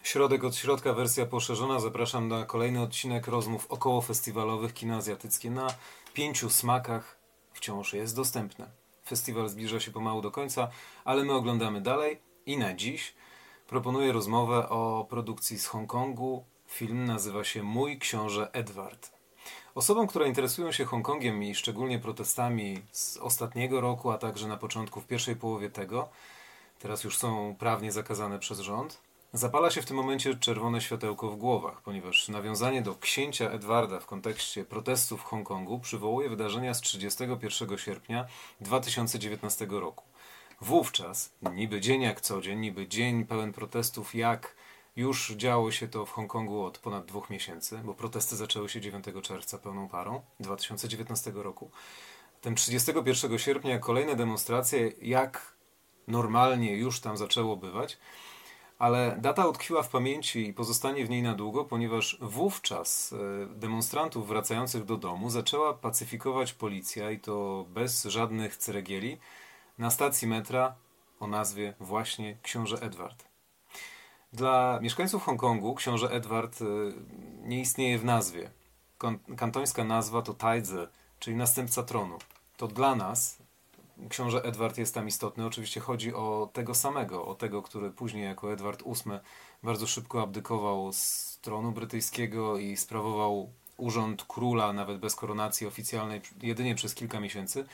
Środek od środka, wersja poszerzona. Zapraszam na kolejny odcinek rozmów okołofestiwalowych Kino Azjatyckie na 5 smakach. Wciąż jest dostępne. Festiwal zbliża się pomału do końca, ale my oglądamy dalej i na dziś proponuję rozmowę o produkcji z Hongkongu. Film nazywa się Mój książę Edward. Osobom, które interesują się Hongkongiem i szczególnie protestami z ostatniego roku, a także na początku, w pierwszej połowie tego, teraz już są prawnie zakazane przez rząd, zapala się w tym momencie czerwone światełko w głowach, ponieważ nawiązanie do księcia Edwarda w kontekście protestów w Hongkongu przywołuje wydarzenia z 31 sierpnia 2019 roku. Wówczas, niby dzień jak co dzień, niby dzień pełen protestów, jak już działo się to w Hongkongu od ponad 2 miesięcy, bo protesty zaczęły się 9 czerwca pełną parą 2019 roku. Ten 31 sierpnia kolejne demonstracje, jak normalnie już tam zaczęło bywać, ale data utkwiła w pamięci i pozostanie w niej na długo, ponieważ wówczas demonstrantów wracających do domu zaczęła pacyfikować policja i to bez żadnych ceregieli na stacji metra o nazwie właśnie Książę Edward. Dla mieszkańców Hongkongu Książę Edward nie istnieje w nazwie. Kantońska nazwa to Taidze, czyli następca tronu. To dla nas Książę Edward jest tam istotny. Oczywiście chodzi o tego samego, o tego, który później jako Edward VIII bardzo szybko abdykował z tronu brytyjskiego i sprawował urząd króla, nawet bez koronacji oficjalnej, jedynie przez kilka miesięcy.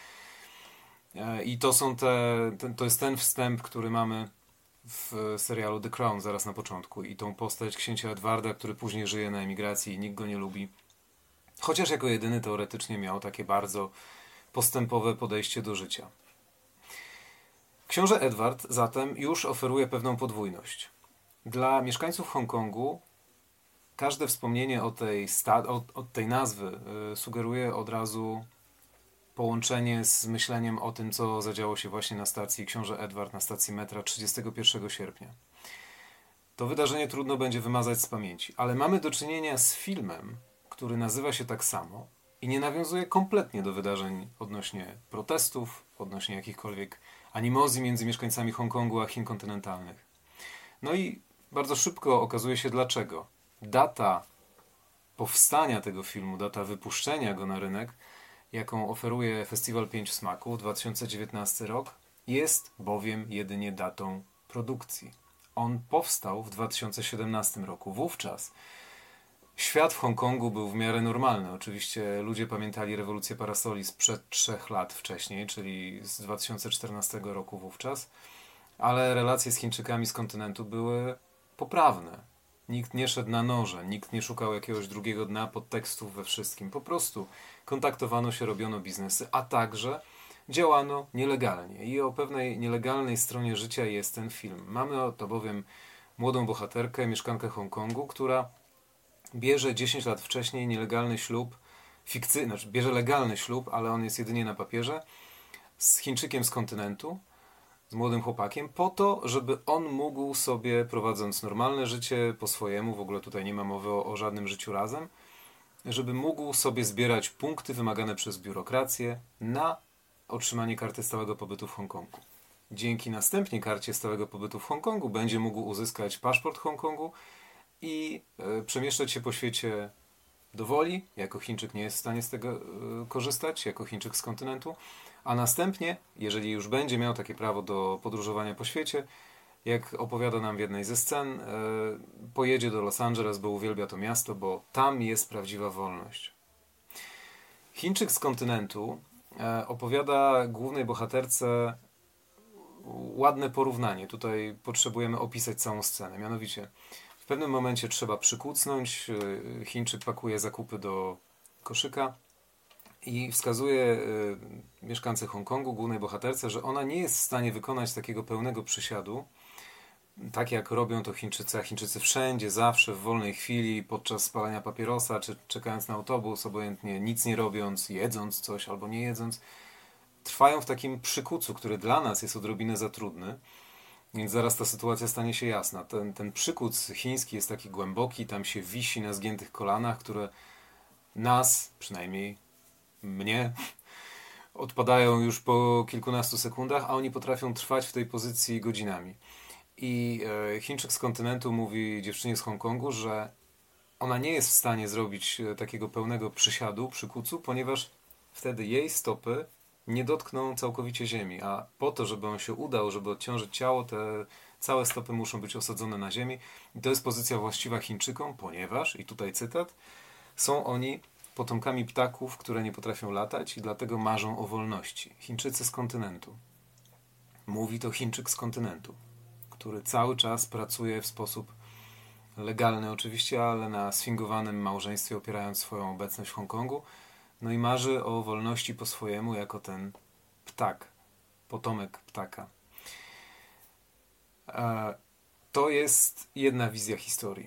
I to jest ten wstęp, który mamy w serialu The Crown zaraz na początku. I tą postać księcia Edwarda, który później żyje na emigracji i nikt go nie lubi. Chociaż jako jedyny teoretycznie miał takie bardzo postępowe podejście do życia. Książę Edward zatem już oferuje pewną podwójność. Dla mieszkańców Hongkongu każde wspomnienie o tej nazwy sugeruje od razu połączenie z myśleniem o tym, co zadziało się właśnie na stacji Książę Edward, na stacji metra 31 sierpnia. To wydarzenie trudno będzie wymazać z pamięci, ale mamy do czynienia z filmem, który nazywa się tak samo i nie nawiązuje kompletnie do wydarzeń odnośnie protestów, odnośnie jakichkolwiek animozji między mieszkańcami Hongkongu a Chin kontynentalnych. No i bardzo szybko okazuje się dlaczego. Data powstania tego filmu, data wypuszczenia go na rynek, jaką oferuje Festiwal 5 Smaków, 2019 rok, jest bowiem jedynie datą produkcji. On powstał w 2017 roku. Wówczas świat w Hongkongu był w miarę normalny. Oczywiście ludzie pamiętali rewolucję parasoli sprzed 3 lat wcześniej, czyli z 2014 roku wówczas, ale relacje z Chińczykami z kontynentu były poprawne. Nikt nie szedł na noże, nikt nie szukał jakiegoś drugiego dna podtekstów we wszystkim. Po prostu kontaktowano się, robiono biznesy, a także działano nielegalnie. I o pewnej nielegalnej stronie życia jest ten film. Mamy oto bowiem młodą bohaterkę, mieszkankę Hongkongu, która bierze 10 lat wcześniej nielegalny ślub, bierze legalny ślub, ale on jest jedynie na papierze, z Chińczykiem z kontynentu, z młodym chłopakiem, po to, żeby on mógł sobie, prowadząc normalne życie po swojemu, w ogóle tutaj nie ma mowy o żadnym życiu razem, żeby mógł sobie zbierać punkty wymagane przez biurokrację na otrzymanie karty stałego pobytu w Hongkongu. Dzięki następnie karcie stałego pobytu w Hongkongu będzie mógł uzyskać paszport Hongkongu i przemieszczać się po świecie do woli. Jako Chińczyk nie jest w stanie z tego korzystać, jako Chińczyk z kontynentu. A następnie, jeżeli już będzie miał takie prawo do podróżowania po świecie, jak opowiada nam w jednej ze scen, pojedzie do Los Angeles, bo uwielbia to miasto, bo tam jest prawdziwa wolność. Chińczyk z kontynentu opowiada głównej bohaterce ładne porównanie. Tutaj potrzebujemy opisać całą scenę. Mianowicie, w pewnym momencie trzeba przykucnąć. Chińczyk pakuje zakupy do koszyka i wskazuje mieszkance Hongkongu, głównej bohaterce, że ona nie jest w stanie wykonać takiego pełnego przysiadu, tak jak robią to Chińczycy, a Chińczycy wszędzie, zawsze, w wolnej chwili, podczas spalania papierosa, czy czekając na autobus, obojętnie nic nie robiąc, jedząc coś albo nie jedząc, trwają w takim przykucu, który dla nas jest odrobinę za trudny, więc zaraz ta sytuacja stanie się jasna. Ten przykuc chiński jest taki głęboki, tam się wisi na zgiętych kolanach, które nas, przynajmniej mnie, odpadają już po kilkunastu sekundach, a oni potrafią trwać w tej pozycji godzinami. I Chińczyk z kontynentu mówi dziewczynie z Hongkongu, że ona nie jest w stanie zrobić takiego pełnego przysiadu przy kucu, ponieważ wtedy jej stopy nie dotkną całkowicie ziemi, a po to, żeby on się udał, żeby odciążyć ciało, te całe stopy muszą być osadzone na ziemi. I to jest pozycja właściwa Chińczykom, ponieważ, i tutaj cytat, są oni potomkami ptaków, które nie potrafią latać i dlatego marzą o wolności. Chińczycy z kontynentu. Mówi to Chińczyk z kontynentu, który cały czas pracuje w sposób legalny oczywiście, ale na sfingowanym małżeństwie, opierając swoją obecność w Hongkongu. No i marzy o wolności po swojemu jako ten ptak, potomek ptaka. To jest jedna wizja historii.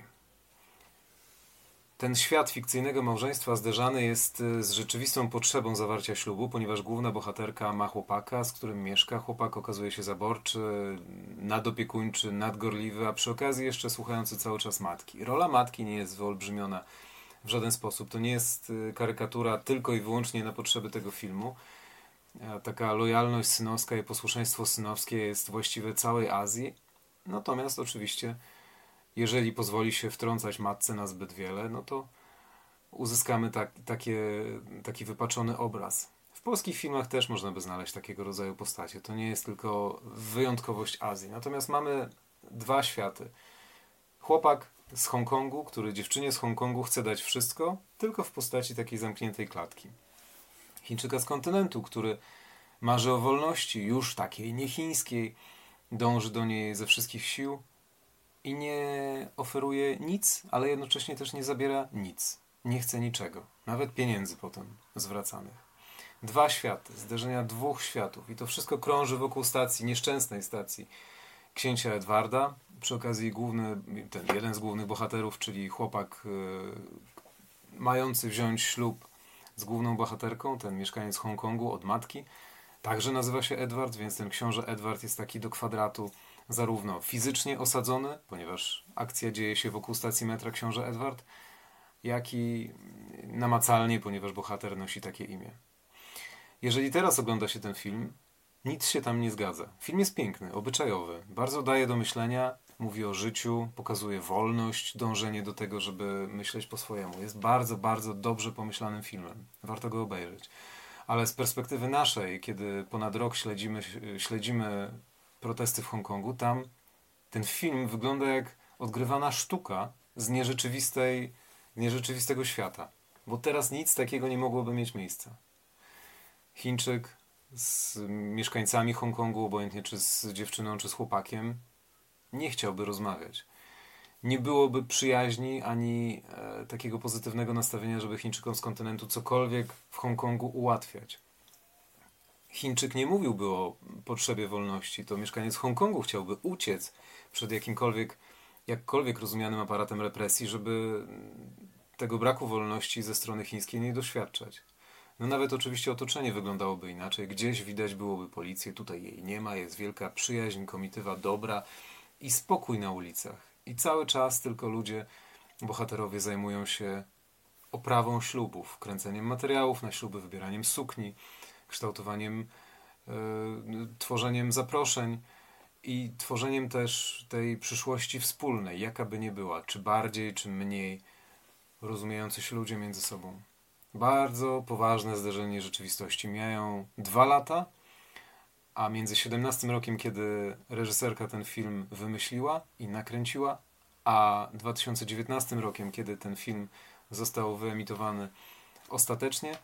Ten świat fikcyjnego małżeństwa zderzany jest z rzeczywistą potrzebą zawarcia ślubu, ponieważ główna bohaterka ma chłopaka, z którym mieszka. Chłopak okazuje się zaborczy, nadopiekuńczy, nadgorliwy, a przy okazji jeszcze słuchający cały czas matki. Rola matki nie jest wyolbrzymiona w żaden sposób. To nie jest karykatura tylko i wyłącznie na potrzeby tego filmu. Taka lojalność synowska i posłuszeństwo synowskie jest właściwe całej Azji. Natomiast oczywiście, jeżeli pozwoli się wtrącać matce na zbyt wiele, no to uzyskamy taki wypaczony obraz. W polskich filmach też można by znaleźć takiego rodzaju postacie. To nie jest tylko wyjątkowość Azji. Natomiast mamy dwa światy. Chłopak z Hongkongu, który dziewczynie z Hongkongu chce dać wszystko, tylko w postaci takiej zamkniętej klatki. Chińczyka z kontynentu, który marzy o wolności, już takiej niechińskiej, dąży do niej ze wszystkich sił i nie oferuje nic, ale jednocześnie też nie zabiera nic. Nie chce niczego. Nawet pieniędzy potem zwracanych. Dwa światy, zderzenia dwóch światów. I to wszystko krąży wokół stacji, nieszczęsnej stacji księcia Edwarda. Przy okazji jeden z głównych bohaterów, czyli chłopak mający wziąć ślub z główną bohaterką, ten mieszkaniec Hongkongu od matki, także nazywa się Edward, więc ten książę Edward jest taki do kwadratu zarówno fizycznie osadzony, ponieważ akcja dzieje się wokół stacji metra książę Edward, jak i namacalnie, ponieważ bohater nosi takie imię. Jeżeli teraz ogląda się ten film, nic się tam nie zgadza. Film jest piękny, obyczajowy, bardzo daje do myślenia, mówi o życiu, pokazuje wolność, dążenie do tego, żeby myśleć po swojemu. Jest bardzo, bardzo dobrze pomyślanym filmem. Warto go obejrzeć. Ale z perspektywy naszej, kiedy ponad rok śledzimy protesty w Hongkongu, tam ten film wygląda jak odgrywana sztuka z nierzeczywistego świata. Bo teraz nic takiego nie mogłoby mieć miejsca. Chińczyk z mieszkańcami Hongkongu, obojętnie czy z dziewczyną, czy z chłopakiem, nie chciałby rozmawiać. Nie byłoby przyjaźni ani takiego pozytywnego nastawienia, żeby Chińczykom z kontynentu cokolwiek w Hongkongu ułatwiać. Chińczyk nie mówiłby o potrzebie wolności. To mieszkaniec Hongkongu chciałby uciec przed jakkolwiek rozumianym aparatem represji, żeby tego braku wolności ze strony chińskiej nie doświadczać. No nawet oczywiście otoczenie wyglądałoby inaczej. Gdzieś widać byłoby policję, tutaj jej nie ma, jest wielka przyjaźń, komitywa dobra i spokój na ulicach. I cały czas tylko bohaterowie zajmują się oprawą ślubów, kręceniem materiałów na śluby, wybieraniem sukni, kształtowaniem, tworzeniem zaproszeń i tworzeniem też tej przyszłości wspólnej, jaka by nie była, czy bardziej, czy mniej rozumiejący się ludzie między sobą. Bardzo poważne zderzenie rzeczywistości. Mijają 2 lata, a między 17 rokiem, kiedy reżyserka ten film wymyśliła i nakręciła, a 2019 rokiem, kiedy ten film został wyemitowany ostatecznie,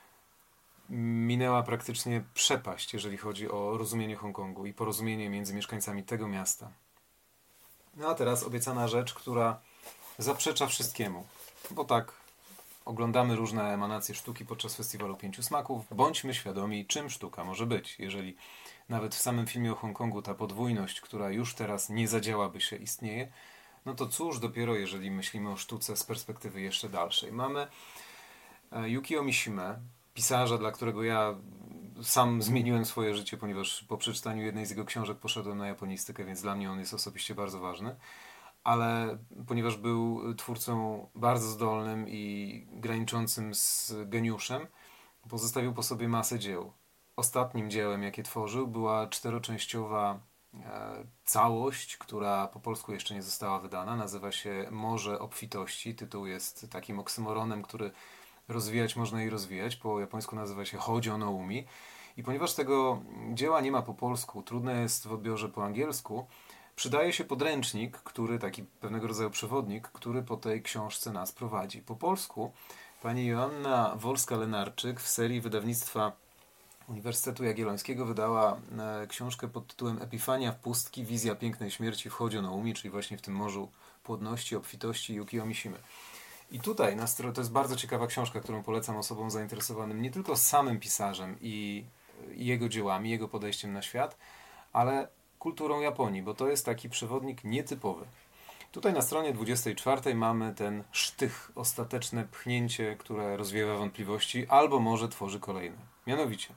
minęła praktycznie przepaść, jeżeli chodzi o rozumienie Hongkongu i porozumienie między mieszkańcami tego miasta. No a teraz obiecana rzecz, która zaprzecza wszystkiemu. Bo tak, oglądamy różne emanacje sztuki podczas Festiwalu Pięciu Smaków. Bądźmy świadomi, czym sztuka może być. Jeżeli nawet w samym filmie o Hongkongu ta podwójność, która już teraz nie zadziałaby się, istnieje, no to cóż dopiero, jeżeli myślimy o sztuce z perspektywy jeszcze dalszej. Mamy Yukio Mishima, pisarza, dla którego ja sam zmieniłem swoje życie, ponieważ po przeczytaniu jednej z jego książek poszedłem na japonistykę, więc dla mnie on jest osobiście bardzo ważny. Ale ponieważ był twórcą bardzo zdolnym i graniczącym z geniuszem, pozostawił po sobie masę dzieł. Ostatnim dziełem, jakie tworzył, była 4-częściowa całość, która po polsku jeszcze nie została wydana. Nazywa się Morze Obfitości. Tytuł jest takim oksymoronem, który rozwijać można i rozwijać. Po japońsku nazywa się Hōjō no Umi. I ponieważ tego dzieła nie ma po polsku, trudne jest w odbiorze po angielsku, przydaje się podręcznik, taki pewnego rodzaju przewodnik, który po tej książce nas prowadzi. Po polsku pani Joanna Wolska-Lenarczyk w serii wydawnictwa Uniwersytetu Jagiellońskiego wydała książkę pod tytułem Epifania w pustki, wizja pięknej śmierci w Hōjō no Umi, czyli właśnie w tym morzu płodności, obfitości Yukio Mishimy. I tutaj to jest bardzo ciekawa książka, którą polecam osobom zainteresowanym nie tylko samym pisarzem i jego dziełami, jego podejściem na świat, ale kulturą Japonii, bo to jest taki przewodnik nietypowy. Tutaj na stronie 24 mamy ten sztych, ostateczne pchnięcie, które rozwiewa wątpliwości, albo może tworzy kolejne. Mianowicie,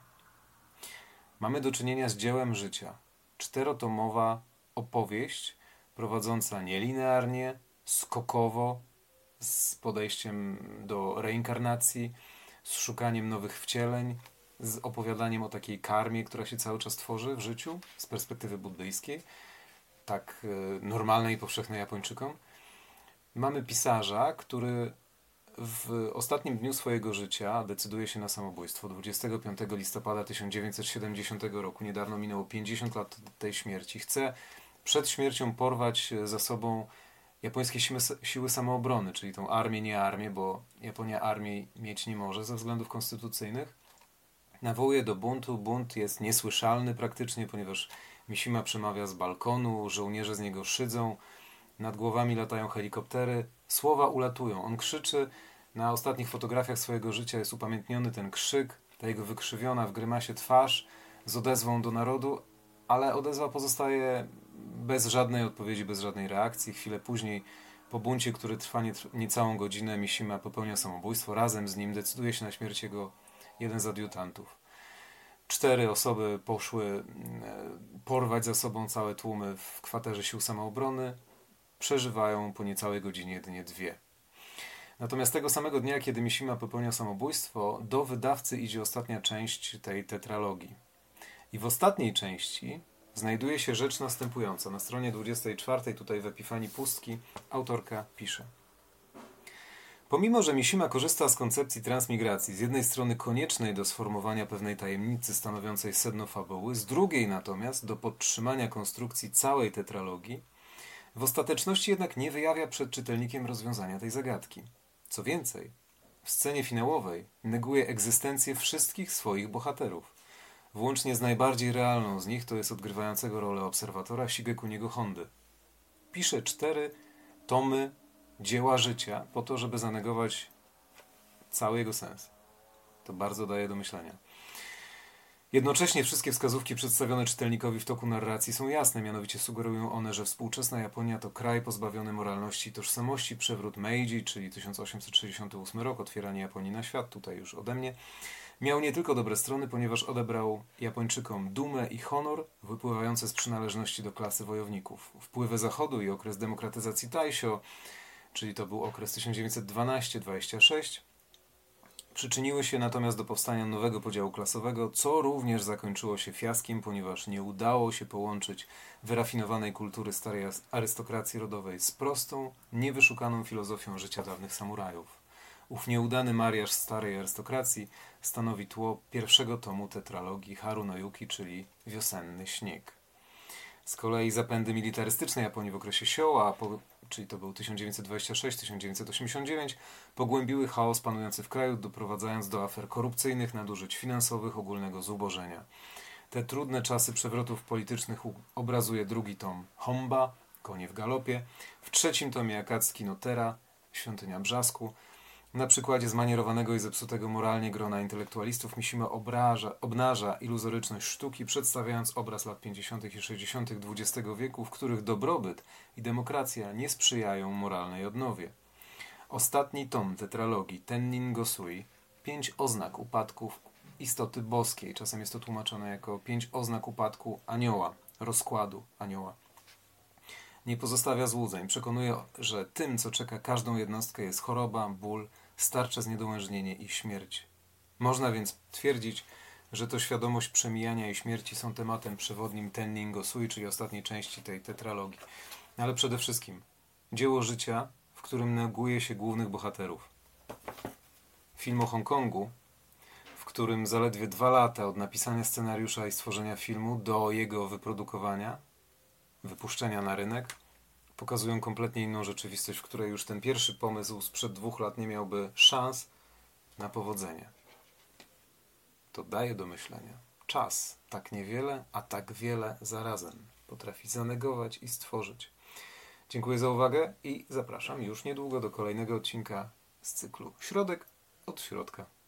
mamy do czynienia z dziełem życia. 4-tomowa opowieść prowadząca nielinearnie, skokowo, z podejściem do reinkarnacji, z szukaniem nowych wcieleń, z opowiadaniem o takiej karmie, która się cały czas tworzy w życiu z perspektywy buddyjskiej, tak normalnej i powszechnej Japończykom. Mamy pisarza, który w ostatnim dniu swojego życia decyduje się na samobójstwo. 25 listopada 1970 roku, niedawno minęło 50 lat od tej śmierci. Chce przed śmiercią porwać za sobą japońskie siły samoobrony, czyli tą armię, nie armię, bo Japonia armii mieć nie może ze względów konstytucyjnych. Nawołuje do buntu. Bunt jest niesłyszalny praktycznie, ponieważ Mishima przemawia z balkonu, żołnierze z niego szydzą, nad głowami latają helikoptery, słowa ulatują. On krzyczy, na ostatnich fotografiach swojego życia jest upamiętniony ten krzyk, ta jego wykrzywiona w grymasie twarz z odezwą do narodu, ale odezwa pozostaje bez żadnej odpowiedzi, bez żadnej reakcji. Chwilę później, po buncie, który trwa niecałą godzinę, Mishima popełnia samobójstwo. Razem z nim decyduje się na śmierć jeden z adiutantów. 4 osoby poszły porwać za sobą całe tłumy w kwaterze sił samoobrony. Przeżywają po niecałej godzinie jedynie 2. Natomiast tego samego dnia, kiedy Mishima popełnia samobójstwo, do wydawcy idzie ostatnia część tej tetralogii. I w ostatniej części znajduje się rzecz następująca. Na stronie 24, tutaj w Epifanii Pustki, autorka pisze: pomimo, że Mishima korzysta z koncepcji transmigracji, z jednej strony koniecznej do sformowania pewnej tajemnicy stanowiącej sedno fabuły, z drugiej natomiast do podtrzymania konstrukcji całej tetralogii, w ostateczności jednak nie wyjawia przed czytelnikiem rozwiązania tej zagadki. Co więcej, w scenie finałowej neguje egzystencję wszystkich swoich bohaterów. Włącznie z najbardziej realną z nich, to jest odgrywającego rolę obserwatora Shigekuniego Hondy. Pisze 4 tomy dzieła życia po to, żeby zanegować cały jego sens. To bardzo daje do myślenia. Jednocześnie wszystkie wskazówki przedstawione czytelnikowi w toku narracji są jasne, mianowicie sugerują one, że współczesna Japonia to kraj pozbawiony moralności i tożsamości. Przewrót Meiji, czyli 1868 rok, otwieranie Japonii na świat, tutaj już ode mnie, miał nie tylko dobre strony, ponieważ odebrał Japończykom dumę i honor wypływające z przynależności do klasy wojowników. Wpływy Zachodu i okres demokratyzacji Taisho, czyli to był okres 1912-26, przyczyniły się natomiast do powstania nowego podziału klasowego, co również zakończyło się fiaskiem, ponieważ nie udało się połączyć wyrafinowanej kultury starej arystokracji rodowej z prostą, niewyszukaną filozofią życia dawnych samurajów. Ów nieudany mariaż starej arystokracji stanowi tło pierwszego tomu tetralogii Haru no Yuki, czyli Wiosenny śnieg. Z kolei zapędy militarystyczne Japonii w okresie Showa, czyli to był 1926-1989, pogłębiły chaos panujący w kraju, doprowadzając do afer korupcyjnych, nadużyć finansowych, ogólnego zubożenia. Te trudne czasy przewrotów politycznych obrazuje drugi tom Homba, Konie w galopie, w trzecim tomie Akatsuki no Tera, Świątynia Brzasku. Na przykładzie zmanierowanego i zepsutego moralnie grona intelektualistów Mishima obnaża iluzoryczność sztuki, przedstawiając obraz lat 50. i 60. XX wieku, w których dobrobyt i demokracja nie sprzyjają moralnej odnowie. Ostatni tom tetralogii Tennin Gosui, 5 oznak upadków istoty boskiej, czasem jest to tłumaczone jako 5 oznak upadku anioła, rozkładu anioła. Nie pozostawia złudzeń. Przekonuje, że tym, co czeka każdą jednostkę, jest choroba, ból, starcze zniedołężnienie i śmierć. Można więc twierdzić, że to świadomość przemijania i śmierci są tematem przewodnim Tennin Gosui, czyli ostatniej części tej tetralogii. Ale przede wszystkim dzieło życia, w którym neguje się głównych bohaterów. Film o Hongkongu, w którym zaledwie 2 lata od napisania scenariusza i stworzenia filmu do jego wyprodukowania, wypuszczenia na rynek, pokazują kompletnie inną rzeczywistość, w której już ten pierwszy pomysł sprzed 2 lat nie miałby szans na powodzenie. To daje do myślenia. Czas, tak niewiele, a tak wiele zarazem potrafi zanegować i stworzyć. Dziękuję za uwagę i zapraszam już niedługo do kolejnego odcinka z cyklu Środek od środka.